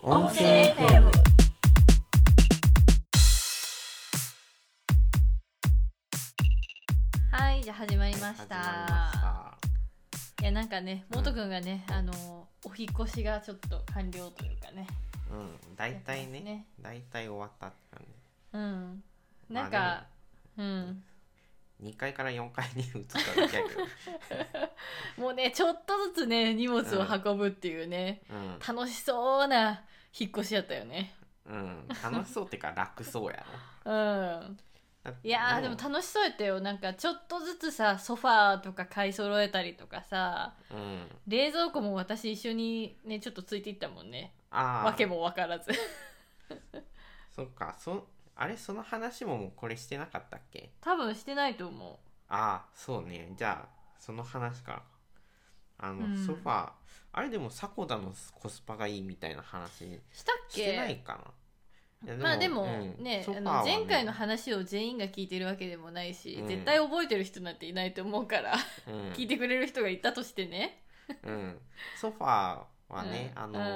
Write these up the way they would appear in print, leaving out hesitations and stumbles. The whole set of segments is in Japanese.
音声 FM。 はい、じゃあ始まりました。 始まりました。 いやなんかね、モトくんがね、お引っ越しがちょっと完了というかね。 大体ね、大体終わったって感じ。 なんか、 2階から4階に移っただけやけどもうね、ちょっとずつね、荷物を運ぶっていうね、楽しそうな引っ越しやったよね。 楽しそうってか楽そうやろ。いやでも楽しそうやったよ。なんかちょっとずつさ、ソファーとか買い揃えたりとかさ、冷蔵庫も私一緒にねちょっとついていったもんね。わけも分からずそっか、あれ、その話ももうこれしてなかったっけ？ 多分してないと思う。 そうね。じゃあその話からソファー、あれでもサコダのコスパがいいみたいな話したっけ？ してないかな。 まあでもね、前回の話を全員が聞いてるわけでもないし、絶対覚えてる人なんていないと思うから、聞いてくれる人がいたとしてね。 ソファーはね、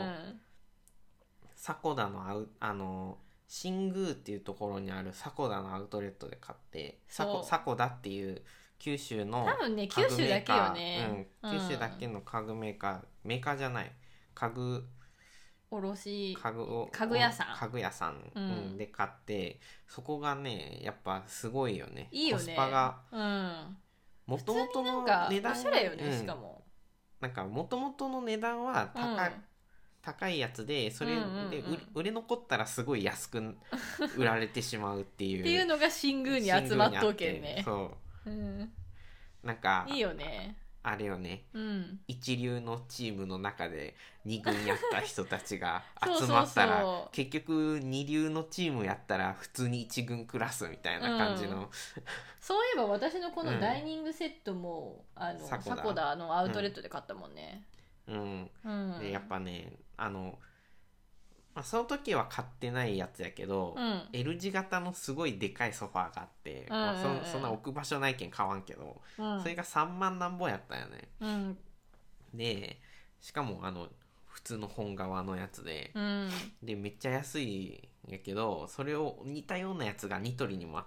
サコダの新宮っていうところにあるサコダのアウトレットで買って、サコダっていう九州の多分ね、九州だけよね。 九州だけの家具メーカーじゃない、家具家具屋さん、で買って、そこがねやっぱすごいよね。 いいよね。 コスパがもともとの値段おしゃれよね。しかもなんかもともとの値段は高いやつで、それで売れ残ったらすごい安く売られてしまうっていうっていうのが新宮に集まっとけんね。 そう、なんかいいよね。 あれよね、一流のチームの中で2軍やった人たちが集まったら結局二流のチームやったら普通に一軍クラスみたいな感じの、 そういえば私のこのダイニングセットも、サコダのアウトレットで買ったもんね。 でやっぱね、その時は買ってないやつやけど、L 字型のすごいでかいソファーがあって、そんな置く場所ないけん買わんけど、それが3万なんぼやったよね。でしかも普通の本革のやつで、でめっちゃ安いんやけど、それを似たようなやつがニトリにもあって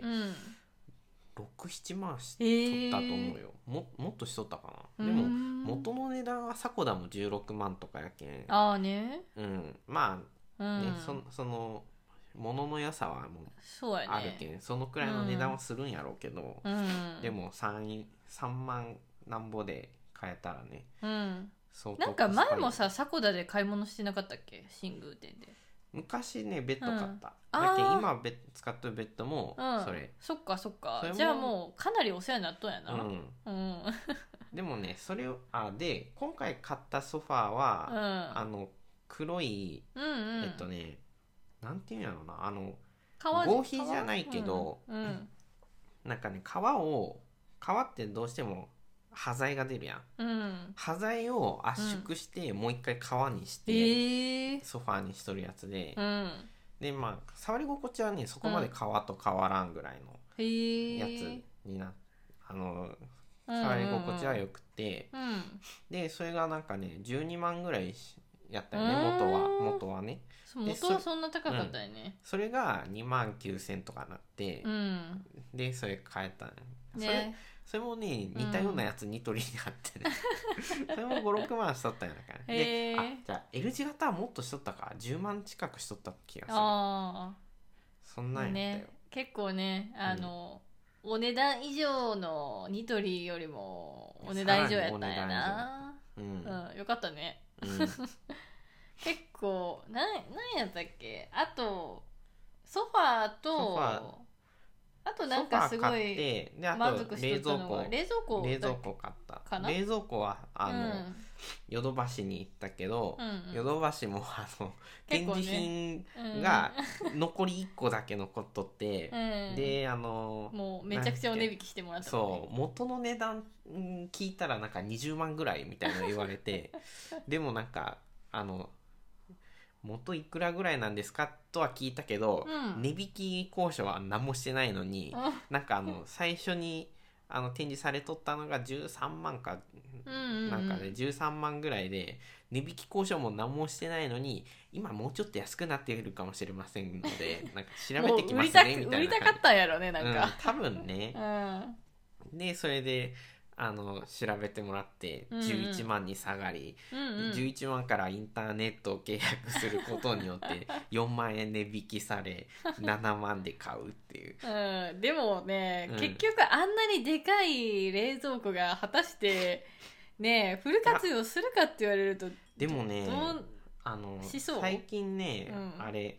、6、7万しとったと思うよ。もっとしとったかな。でも元の値段はサコダも16万とかやけん。まあね、その物の良さはもうあるけん、そのくらいの値段はするんやろうけど、でも3万なんぼで買えたらね、 なんか前もさ、サコダで買い物してなかったっけ？新宮店で昔ね、ベッド買った、だけど今使ってるベッドもそれ、 そっかじゃあもうかなりお世話になっとんやな。 でもね、それをで今回買ったソファーは、黒いなんていうんやろな、合皮じゃないけど、なんかね、皮ってどうしても端材が出るやん、端材を圧縮してもう一回革にして、ソファーにしとるやつで、でまあ触り心地はねそこまで革と変わらんぐらいのやつに触り心地はよくて、でそれがなんかね12万ぐらいやったよね、元はね。 元はそんな高かったよね。 それが2万9000とかなって、でそれ買えたね。それもね似たようなやつニトリにあってねそれも5、6万しとったんやから、でじゃあ L 字型はもっとしとったか、10万近くしとった気がする。そんなんやったよ、 ね、結構ね、お値段以上のニトリよりもお値段以上やったんやな。よかったね。結構なんやったっけ、あとソファーとあとなんかすごい満足しとったのが冷蔵庫買ったかな。冷蔵庫はヨドバシに行ったけど、ヨドバシも展示品が残り1個だけ残っとって、でもうめちゃくちゃお値引きしてもらった、 そう元の値段聞いたらなんか20万ぐらいみたいなの言われてでもなんか元いくらぐらいなんですかとは聞いたけど、値引き交渉は何もしてないのに、なんか最初に展示されとったのが13万か、なんかね13万ぐらいで、値引き交渉も何もしてないのに今もうちょっと安くなっているかもしれませんのでなんか調べてきますねみたいな。 売りたかったんやろね、なんか、 多分ね、でそれで調べてもらって11万に下がり、11万からインターネットを契約することによって4万円値引きされ7万で買うっていう、 でもね、結局あんなにでかい冷蔵庫が果たしてねフル活用するかって言われると、 でもねしそう最近ね、あれ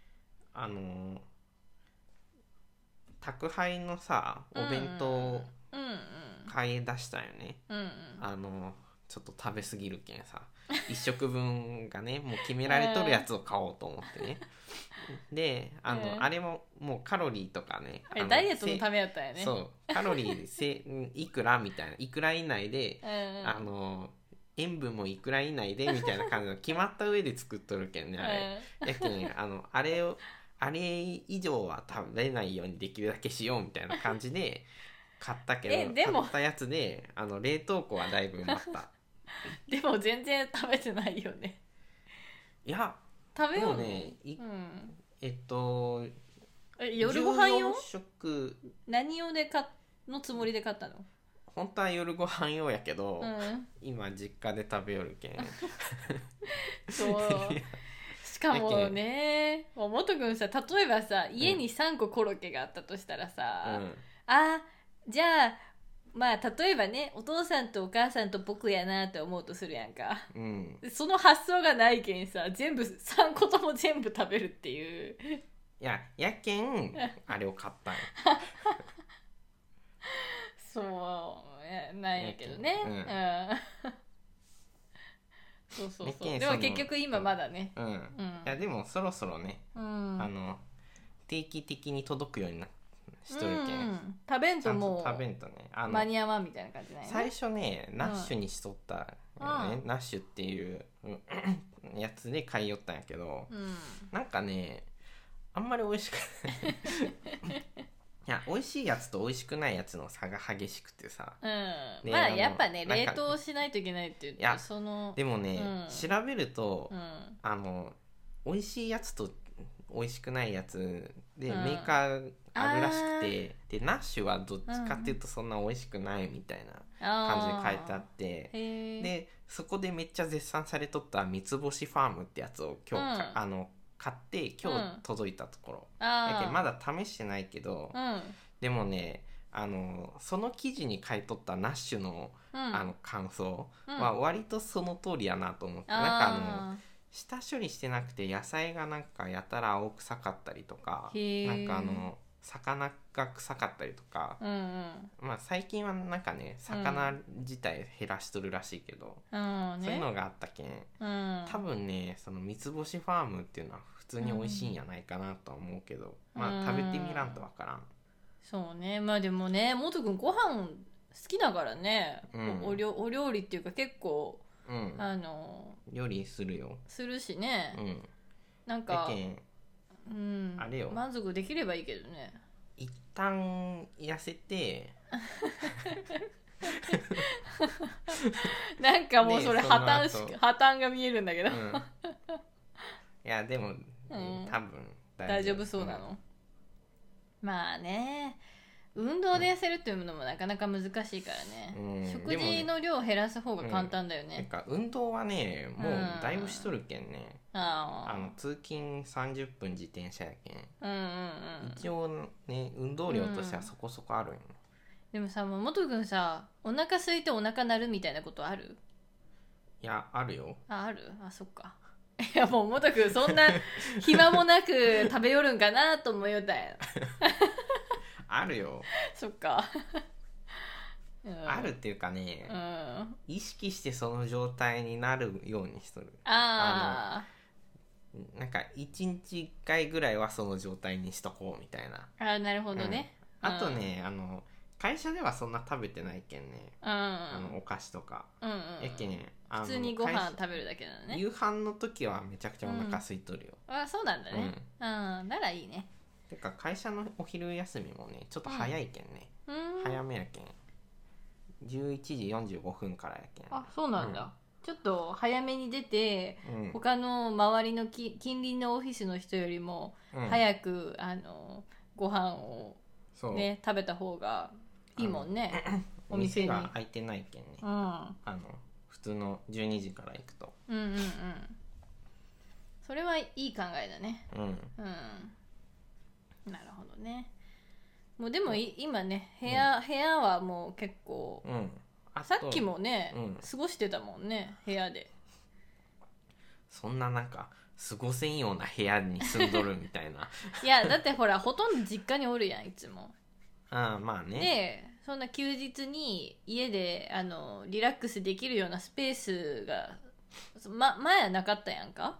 宅配のさお弁当買い出したよね、ちょっと食べ過ぎるけんさ1食分がねもう決められとるやつを買おうと思ってねであれももうカロリーとかねダイエットのためやったんやね。 そうカロリーいくらみたいないくら以内で、塩分もいくら以内でみたいな感じの決まった上で作っとるけんねあれ、やけんあれ以上は食べないようにできるだけしようみたいな感じで買ったけど、買ったやつで冷凍庫はだいぶ埋まったでも全然食べてないよね。 いや食べようのね、 夜ご飯用食何用でのつもりで買ったの？ 本当は夜ご飯用やけど、今実家で食べよるけんそうしかもね、元くんさ、例えばさ家に3個コロッケがあったとしたらさ、じゃあまあ例えばねお父さんとお母さんと僕やなって思うとするやんか、その発想がないけんさ全部3個とも全部食べるっていうやけんあれを買ったんよそうなんやけどね、そうでも結局今まだね、 いやでもそろそろね、定期的に届くようにしとるけん、 食べんともう食べんとね間に合わんみたいな感じなんやね。 最初ねナッシュにしとったよね、ナッシュっていうやつで買いよったんやけど、なんかねあんまり美味しくないいや美味しいやつと美味しくないやつの差が激しくてさ、 まあやっぱね冷凍しないといけないって言うとそのでもね、調べると、美味しいやつと美味しくないやつで、メーカーあるらしくて、でナッシュはどっちかっていうとそんな美味しくないみたいな感じで書いてあって、でそこでめっちゃ絶賛されとった三つ星ファームってやつを今日、買って今日届いたところ、だけどまだ試してないけど、でもねその記事に書いとったナッシュの、感想は割とその通りやなと思って、なんか下処理してなくて野菜がなんかやたら青臭かったりとか、なんか魚が臭かったりとか、まあ最近はなんかね魚自体減らしとるらしいけど、そういうのがあったけん、多分ねその三つ星ファームっていうのは普通に美味しいんやないかなとは思うけど、まあ食べてみらんとわからん。 そうね、まあでもね元くんご飯好きだからね、お料理っていうか結構料理するよ。 するしね、なんかあれよ、 満足できればいいけどね。 一旦痩せてなんかもうそれ破綻が見えるんだけど、いやでも、多分大丈夫そうなの、まあね運動で痩せるっていうのもなかなか難しいからね、食事の量を減らす方が簡単だよね。 なんか運動はねもうだいぶしとるけんね、通勤30分自転車やけん、一応ね運動量としてはそこそこあるんよ、 でもさ元くんさお腹空いてお腹鳴るみたいなことある？ いやあるよ。 ある？そっか。いやもう元くんそんな暇もなく食べよるんかなと思いよったんやあるよ。 そっか、 あるっていうかね、意識してその状態になるようにしとる。なんか1日1回ぐらいはその状態にしとこうみたいな。 なるほどね、 あとね会社ではそんな食べてないけんね、お菓子とか、やけん普通にご飯食べるだけなのね。 夕飯の時はめちゃくちゃお腹空いとるよ、 そうなんだね、ならいいね。 てか会社のお昼休みもねちょっと早いけんね、 早めやけん11時45分からやけん。 あ、そうなんだ、ちょっと早めに出て、他の周りの近隣のオフィスの人よりも早く、ご飯を、ね、食べた方がいいもんね。 お店が開いてないけんね、普通の12時から行くと、 それはいい考えだね。なるほどね。もうでも今ね、部屋はもう結構、さっきもね、過ごしてたもんね、部屋で。 そんななんか過ごせんような部屋に住んどるみたいな。 いやだってほらほとんど実家におるやんいつも。 まあね。 でそんな休日に家でリラックスできるようなスペースが、前はなかったやんか。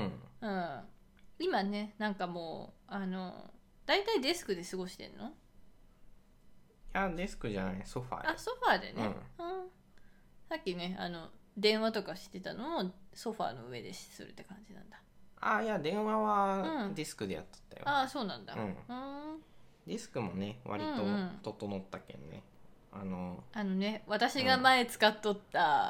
今ねなんかもうだいたいデスクで過ごしてんの？ いやデスクじゃない、ソファー。 あ、ソファーでね、さっきね電話とかしてたのもソファーの上でするって感じなんだ。 いや電話はデスクでやっとったよ。 そうなんだ。 デスクもね割と整ったけんね。 ね、私が前使っとった、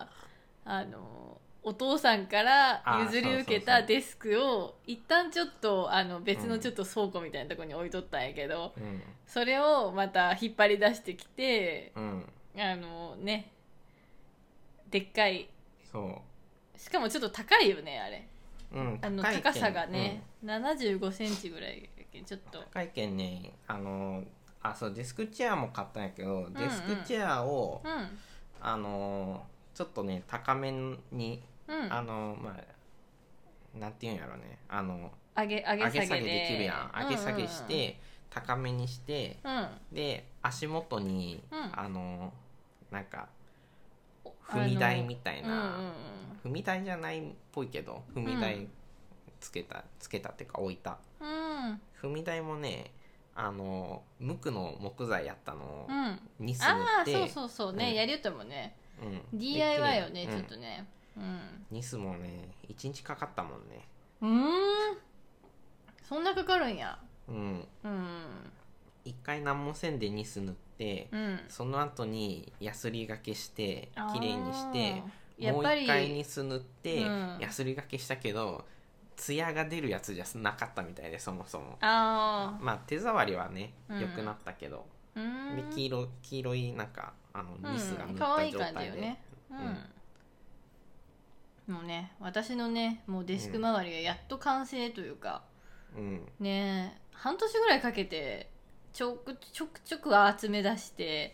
お父さんから譲り受けたデスクを一旦ちょっと別のちょっと倉庫みたいなところに置いとったんやけど、それをまた引っ張り出してきて、ね、でっかい、しかもちょっと高いよねあれ。高さがね、75センチぐらいやけんちょっと高いけんね。そうデスクチェアも買ったんやけど、デスクチェアを、ちょっとね高めに、なんていうんやろね、 上げ下げできるやん。上げ下げして、高めにして、で足元に、なんか踏み台みたいな、踏み台じゃないっぽいけど踏み台つけたっていうか置いた、踏み台もね無垢の木材やったのをニス塗って、 そうね、やりよったもんね、DIY よね、ちょっとね、 ニスもね1日かかったもんね。 そんなかかるんや。 一回何もせんでニス塗って、その後にヤスリがけしてきれいにして、もう一回ニス塗って、ヤスリがけしたけどツヤが出るやつじゃなかったみたいで、そもそも。まあ手触りはね良くなったけど、で黄色いなんかニスが塗った状態で、 もうね私のねもうデスク周りがやっと完成というか、ね半年ぐらいかけてちょくちょく集め出して、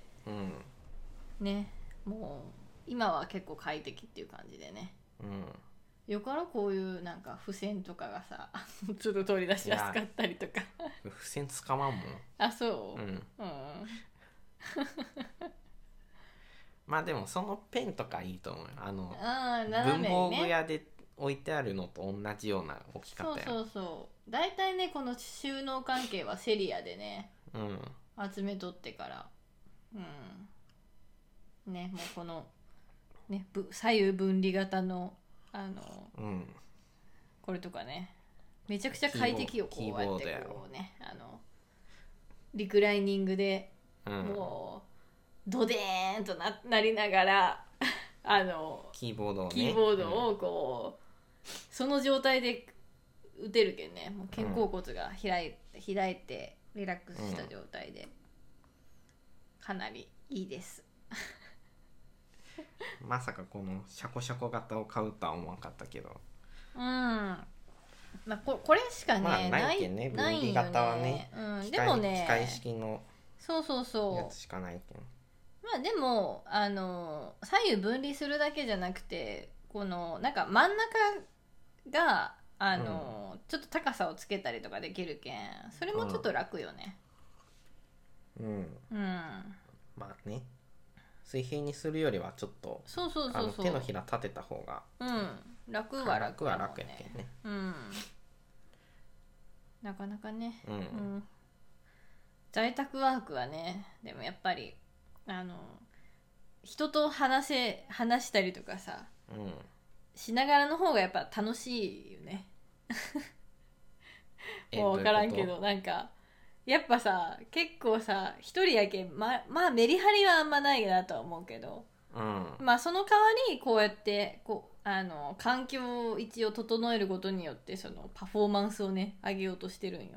ねもう今は結構快適っていう感じでね、よからこういうなんか付箋とかがさちょっと取り出しやすかったりとか付箋使わんもん。 あ、そう、 まあでもそのペンとかいいと思うよ。文房具屋で置いてあるのと同じような置き方や。 そうだいたいねこの収納関係はセリアでね、集めとってから、ねもうこのね左右分離型のこれとかねめちゃくちゃ快適よ。こうやってこうねリクライニングで、もうドデーンと なりながらキーボードをこう、その状態で打てるけんね、もう肩甲骨が開いてリラックスした状態で、かなりいいです。 まさかこのシャコシャコ型を買うとは思わなかったけど、 まあ、これしかね、 ないけんね、分離型はね、 でもね機械式のそうやつしかないけん。 まあでも左右分離するだけじゃなくて、このなんか真ん中がちょっと高さをつけたりとかできるけん、それもちょっと楽よね。 まあね、水平にするよりはちょっと手のひら立てた方が楽は楽やけんね。 なかなかね、在宅ワークはね、でもやっぱり人と話したりとかさ、しながらの方がやっぱ楽しいよね。もう分からんけど、なんかやっぱさ結構さ一人やけんまあメリハリはあんまないなとは思うけど、まあその代わりこうやって環境を一応整えることによってそのパフォーマンスをね上げようとしてるんよ。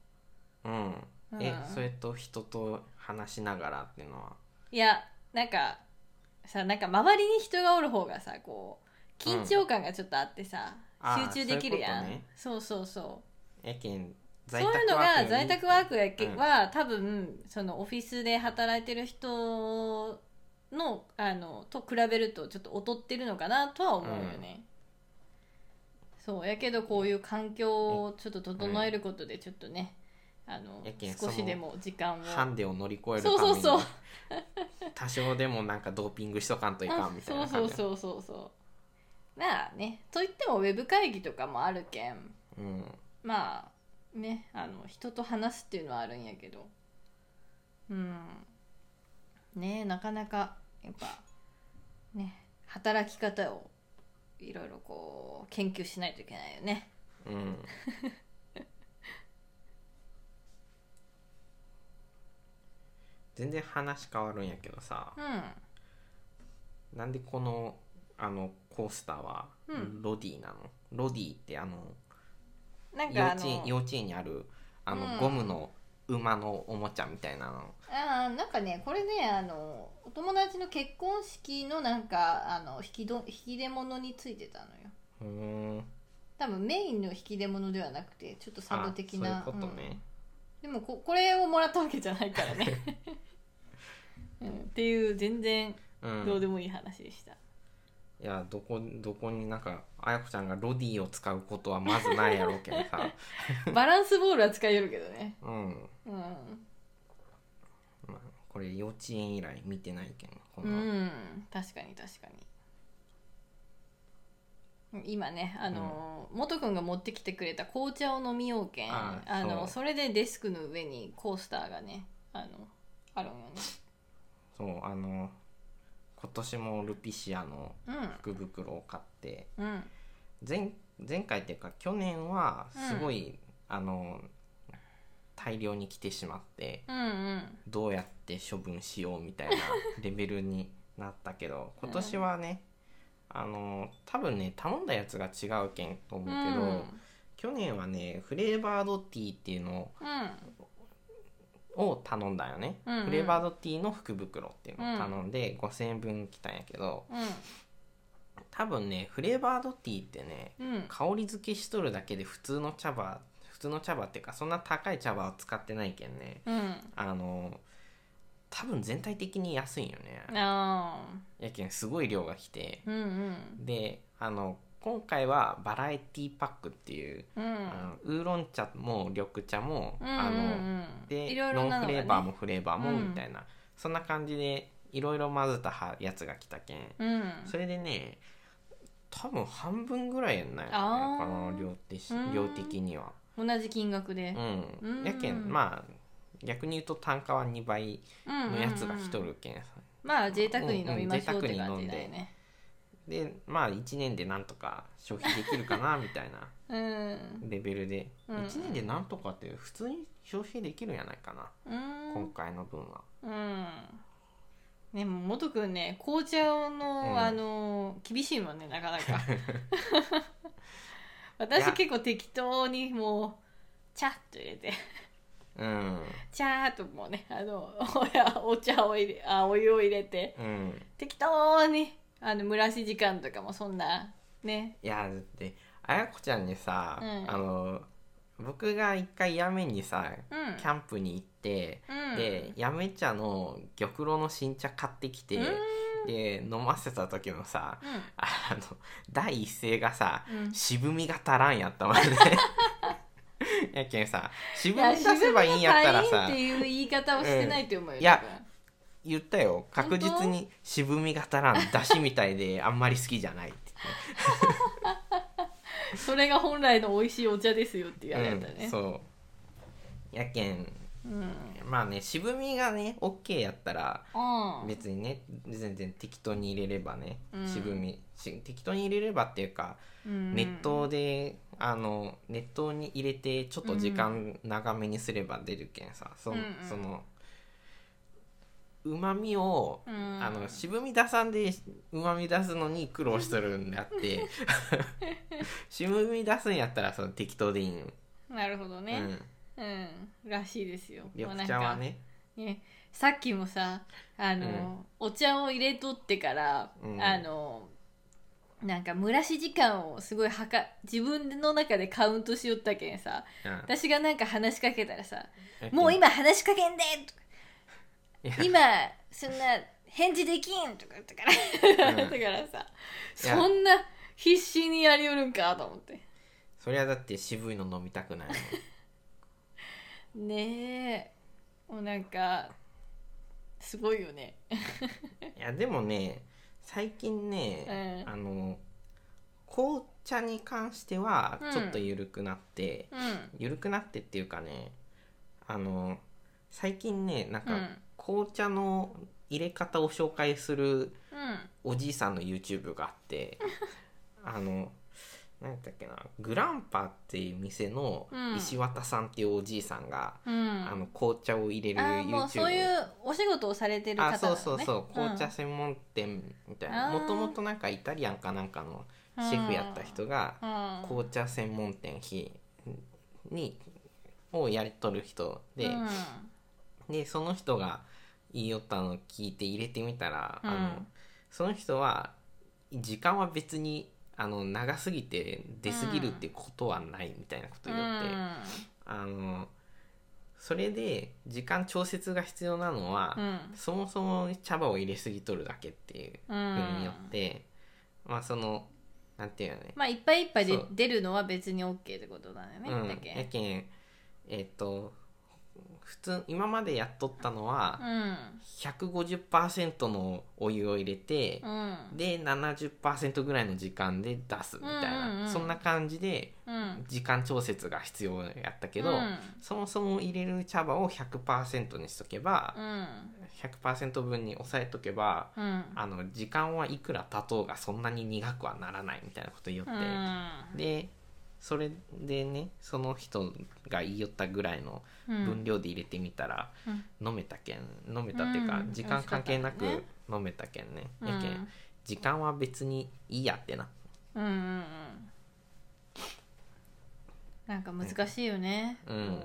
それと人と話しながらっていうのは、 いやなんか周りに人がおる方がさこう緊張感がちょっとあってさ、集中できるやん。そうやけんそういうのが在宅ワークやけは、多分そのオフィスで働いてる人のと比べるとちょっと劣ってるのかなとは思うよね。そうやけどこういう環境をちょっと整えることでちょっとね、少しでも時間をハンデを乗り越えるために多少でもなんかドーピングしとかんといかんみたいな感じ。 そうまあね、といってもウェブ会議とかもあるけん、まあね人と話すっていうのはあるんやけど、ねなかなかやっぱね働き方をいろいろこう研究しないといけないよね。 全然話変わるんやけどさ、なんでこのコースターはロディなの？ロディってなんか幼稚園にあるゴムの馬のおもちゃみたいなの。 なんかねこれねお友達の結婚式のなんか引き出物についてたのよ。多分メインの引き出物ではなくてちょっとサブ的な。 そういうことね。 でもこれをもらったわけじゃないからね、っていう全然どうでもいい話でした。 いやどこになんかあやこちゃんがロディを使うことはまずないやろうけどさバランスボールは使えるけどね。 まあ、これ幼稚園以来見てないけん確かに今ね元くんが持ってきてくれた紅茶を飲みようけんそれでデスクの上にコースターがねあるんよね。 そう今年もルピシアの福袋を買って、前回っていうか去年はすごい、大量に来てしまって、どうやって処分しようみたいなレベルになったけど今年はね、多分ね頼んだやつが違うけんと思うけど、去年はねフレーバードティーっていうのを頼んだよね、フレーバードティーの福袋っていうのを頼んで、5000円分来たんやけど、多分ねフレーバードティーってね、香り付けしとるだけで普通の茶葉っていうかそんな高い茶葉を使ってないけんね、多分全体的に安いんよね。やけんすごい量が来て、で今回はバラエティパックっていう、ウーロン茶も緑茶も、でノンフレーバーもフレーバーもみたいな、そんな感じでいろいろ混ぜたやつが来たけん、それでね多分半分ぐらいやんないかな量的には同じ金額で、 やけんまあ逆に言うと単価は2倍のやつが来とるけん、 まあ贅沢に飲みましょうって感じだよね。 でまあ1年でなんとか消費できるかなみたいなレベルで、1年でなんとかって普通に消費できるんやないかな、今回の分は。 ね、元くんね紅茶の、厳しいもんねなかなか私結構適当にもうチャッと入れてチャーっともうねお茶を入れお湯を入れて、適当に蒸らし時間とかもそんなね。 いやだってあやこちゃんにさ、僕が一回やめにさ、キャンプに行って、でやめ茶の玉露の新茶買ってきて、で飲ませた時のさ、第一声がさ、渋みが足らんやったもんねやけんさ渋み出せばいいんやったらさっていう言い方をしてないと思うよ、 いや言ったよ確実に渋みが足らんだしみたいであんまり好きじゃないってそれが本来の美味しいお茶ですよって言われたね、 そうやけんまあね渋みがね OK やったら別にね全然適当に入れればね、渋み適当に入れればっていうか、熱湯で熱湯に入れてちょっと時間長めにすれば出るけんさ、そのうまみを、渋み出さんでうまみ出すのに苦労しとるんであって渋み出すんやったらその適当でいいん。 なるほどね、らしいですよ。 緑茶はね、 さっきもさお茶を入れとってから、なんか蒸らし時間をすごい自分の中でカウントしよったけんさ、私がなんか話しかけたらさ「もう今話しかけんで!」とか「今そんな返事できん!」とか言ったからだからさ、そんな必死にやりよるんかと思って。 そりゃだって渋いの飲みたくないもんねえ、もうなんかすごいよねいやでもね最近ね、紅茶に関してはちょっと緩くなって、緩くなってっていうかね、最近ねなんか紅茶の入れ方を紹介するおじいさんの YouTube があって何だっけな、グランパっていう店の石渡さんっていうおじいさんが、紅茶を入れる YouTube、 もうそういうお仕事をされてる方なのね。 そう紅茶専門店みたいな、もともとなんかイタリアンかなんかのシェフやった人が紅茶専門店をやりとる人で、でその人が言いよったのを聞いて入れてみたら、その人は時間は別に長すぎて出すぎるってことはないみたいなこと言って、それで時間調節が必要なのは、そもそも茶葉を入れすぎとるだけっていうふうによって、まあそのなんていうのね、 まあいっぱいいっぱいで出るのは別に OK ってことだよね、だけやけん普通今までやっとったのは、150% のお湯を入れて、で 70% ぐらいの時間で出すみたいな、そんな感じで時間調節が必要やったけど、そもそも入れる茶葉を 100% にしとけば、100% 分に抑えとけば、時間はいくら経とうがそんなに苦くはならないみたいなこと言って、でそれでねその人が言いよったぐらいの分量で入れてみたら、飲めたっていうか、時間関係なく飲めたけんね、やけん時間は別にいいやってな。 なんか難しいよね、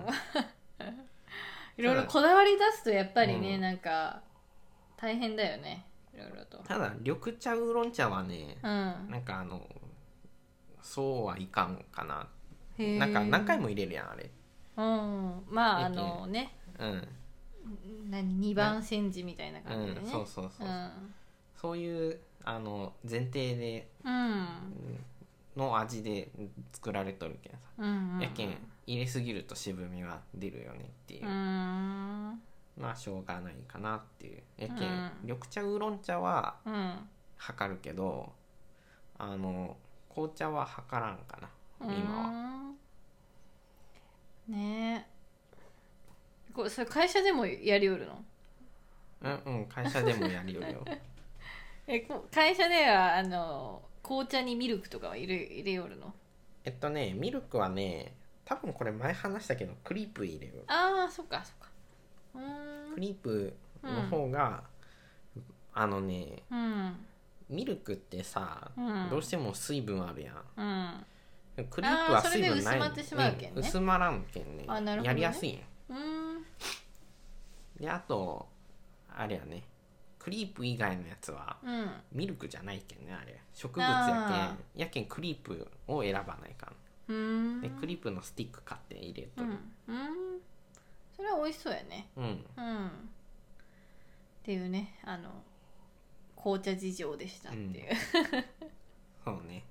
いろいろこだわり出すとやっぱりね、なんか大変だよね、いろいろと。 ただ緑茶ウーロン茶はね、なんかそうはいかんかな。なんか何回も入れるやんあれ。 まあね、2番煎じみたいな感じでね、 そういう前提で、の味で作られとるけんさ、やけん入れすぎると渋みは出るよねっていう、まあしょうがないかなっていう。やけん緑茶ウーロン茶は測るけど、紅茶は測らんかな今は。 ねえ、それ会社でもやりよるの？ 会社でもやりよるよ会社では紅茶にミルクとかは入れよるの？ ミルクはね、多分これ前話したけどクリープ入れる。 そっかクリープの方が、ミルクってさ、どうしても水分あるやん、クリープは水分ない、薄まらんけんね、やりやすいん。であとあれやね、クリープ以外のやつは、ミルクじゃないけんね、あれ植物やけんクリープを選ばないかん。でクリープのスティック買って入れとる。 それは美味しそうやね。っていうね、紅茶事情でしたっていう、 そうね。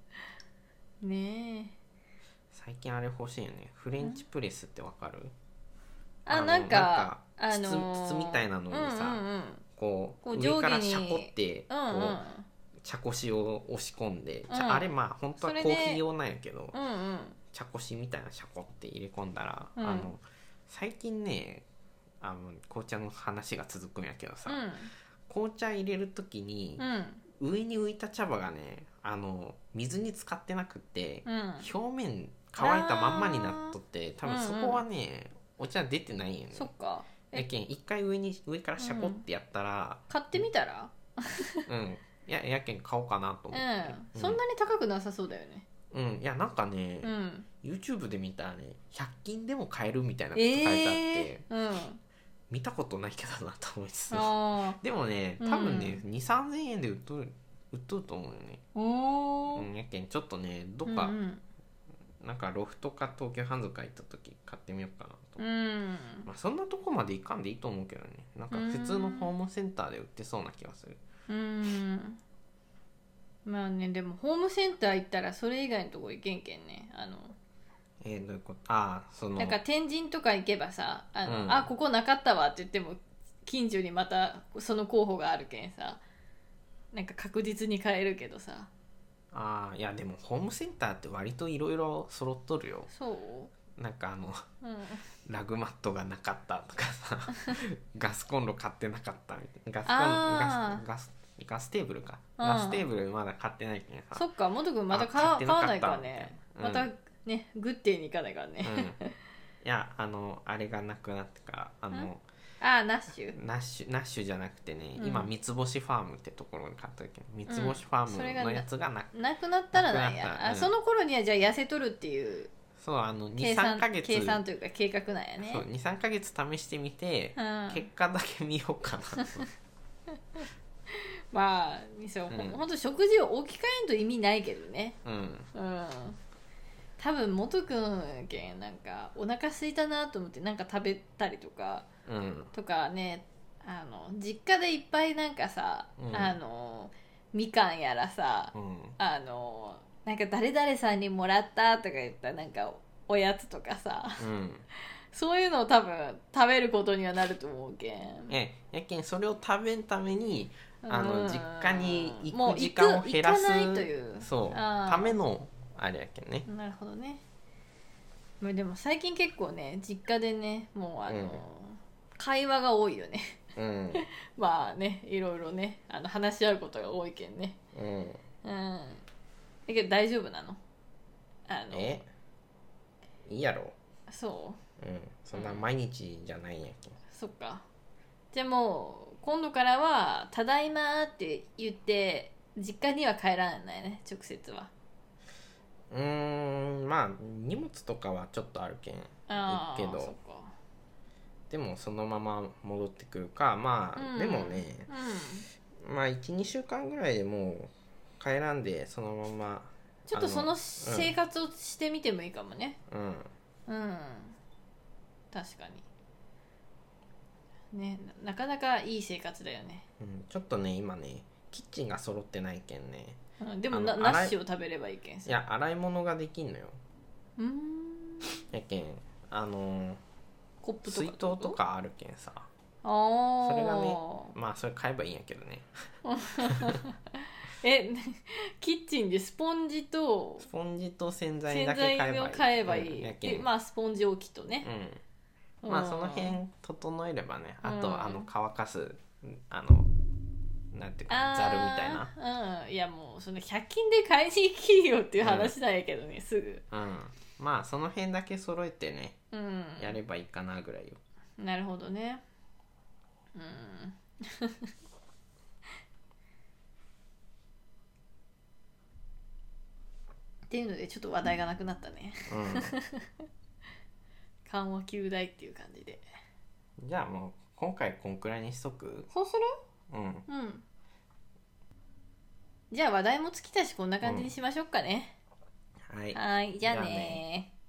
ねえ、 最近あれ欲しいよね、フレンチプレスってわかる？ なんか筒みたいなのにさ、こう上からシャコってこう茶こしを押し込んで、あれまあ本当はコーヒー用なんやけど、茶こしみたいなシャコって入れ込んだら、 最近ね紅茶の話が続くんやけどさ、紅茶入れる時に、上に浮いた茶葉がね水に浸かってなくって、表面乾いたまんまになっとって多分そこはね、お茶出てないんよね。 そっか。 やけん一回上からシャコってやったら、 買ってみたらやけん買おうかなと思って、 そんなに高くなさそうだよね。 いやなんかね、YouTube で見たらね100均でも買えるみたいなこと書いてあって、見たことないけどなと思いつつでもね多分ね、2,3000 円で売っとると思うよね。やけんちょっとねどっか、なんかロフトか東急ハンズか行った時買ってみようかなと、そんなとこまでいかんでいいと思うけどね。なんか普通のホームセンターで売ってそうな気がする。 まあね、でもホームセンター行ったらそれ以外のとこ行けんけんね。 どういうこと？ なんか天神とか行けばさここなかったわって言っても近所にまたその候補があるけんさ、なんか確実に買えるけどさ。 いやでもホームセンターって割といろいろ揃っとるよ。 そうなんかラグマットがなかったとかさガスコンロ買ってなかったみたいな。ガステーブルか、ガステーブルまだ買ってないけんさ。 そっか、元くんまた買わないからね、またねグッデーに行かないからね、 いやあれがなくなってからナッシュじゃなくてね、今三つ星ファームってところに買ったけど、三つ星ファームのやつがなくなったらなんや。その頃にはじゃあ痩せとるっていう、 そう2,3 ヶ月計算というか計画なんやね。 そう 2,3 ヶ月試してみて、結果だけ見ようかなまあそう、ほんと食事を置き換えんと意味ないけどね。多分元くんけんなんかお腹空いたなと思ってなんか食べたりとか、とかね、実家でいっぱいなんかさ、みかんやらさ、なんか誰々さんにもらったとか言ったなんかおやつとかさ、そういうのを多分食べることにはなると思うけん。 やけんそれを食べんために実家に行く時間を減らす、そうためのあれやけんね。 なるほどね。でも最近結構ね実家でねもう会話が多いよねまあねいろいろね話し合うことが多いけんね。だけど大丈夫なの？ いいやろ。 そう、 そんな毎日じゃないんやけん。 そっか。じゃあもう今度からはただいまって言って実家には帰らないね、直接は。 まあ荷物とかはちょっとあるけん行くけど、でもそのまま戻ってくるか、まあ、でもね、まあ 1,2 週間ぐらいでもう帰らんでそのままちょっとその生活をしてみてもいいかもね。確かにね、なかなかいい生活だよね。 ちょっとね今ねキッチンが揃ってないけんね。 でもナッシュを食べればいいけんさ。 いや洗い物ができんのよ。やけんコップとか水筒とかあるけんさ、 それがねまあそれ買えばいいんやけどねキッチンでスポンジと洗剤だけ買えばいい。まあスポンジ置きとね、 まあその辺整えればね、あと乾かすなんていうかざるみたいな。 いやもうその100均で買いに行きよっていう話なんやけどね、すぐ。 まあその辺だけ揃えてね、やればいいかなぐらいよ。 なるほどね。っていうのでちょっと話題がなくなったね。緩和球大っていう感じで。 じゃあもう今回こんくらいにしとく？ そうする？じゃあ話題も尽きたしこんな感じにしましょうかね。 はい。 じゃあね。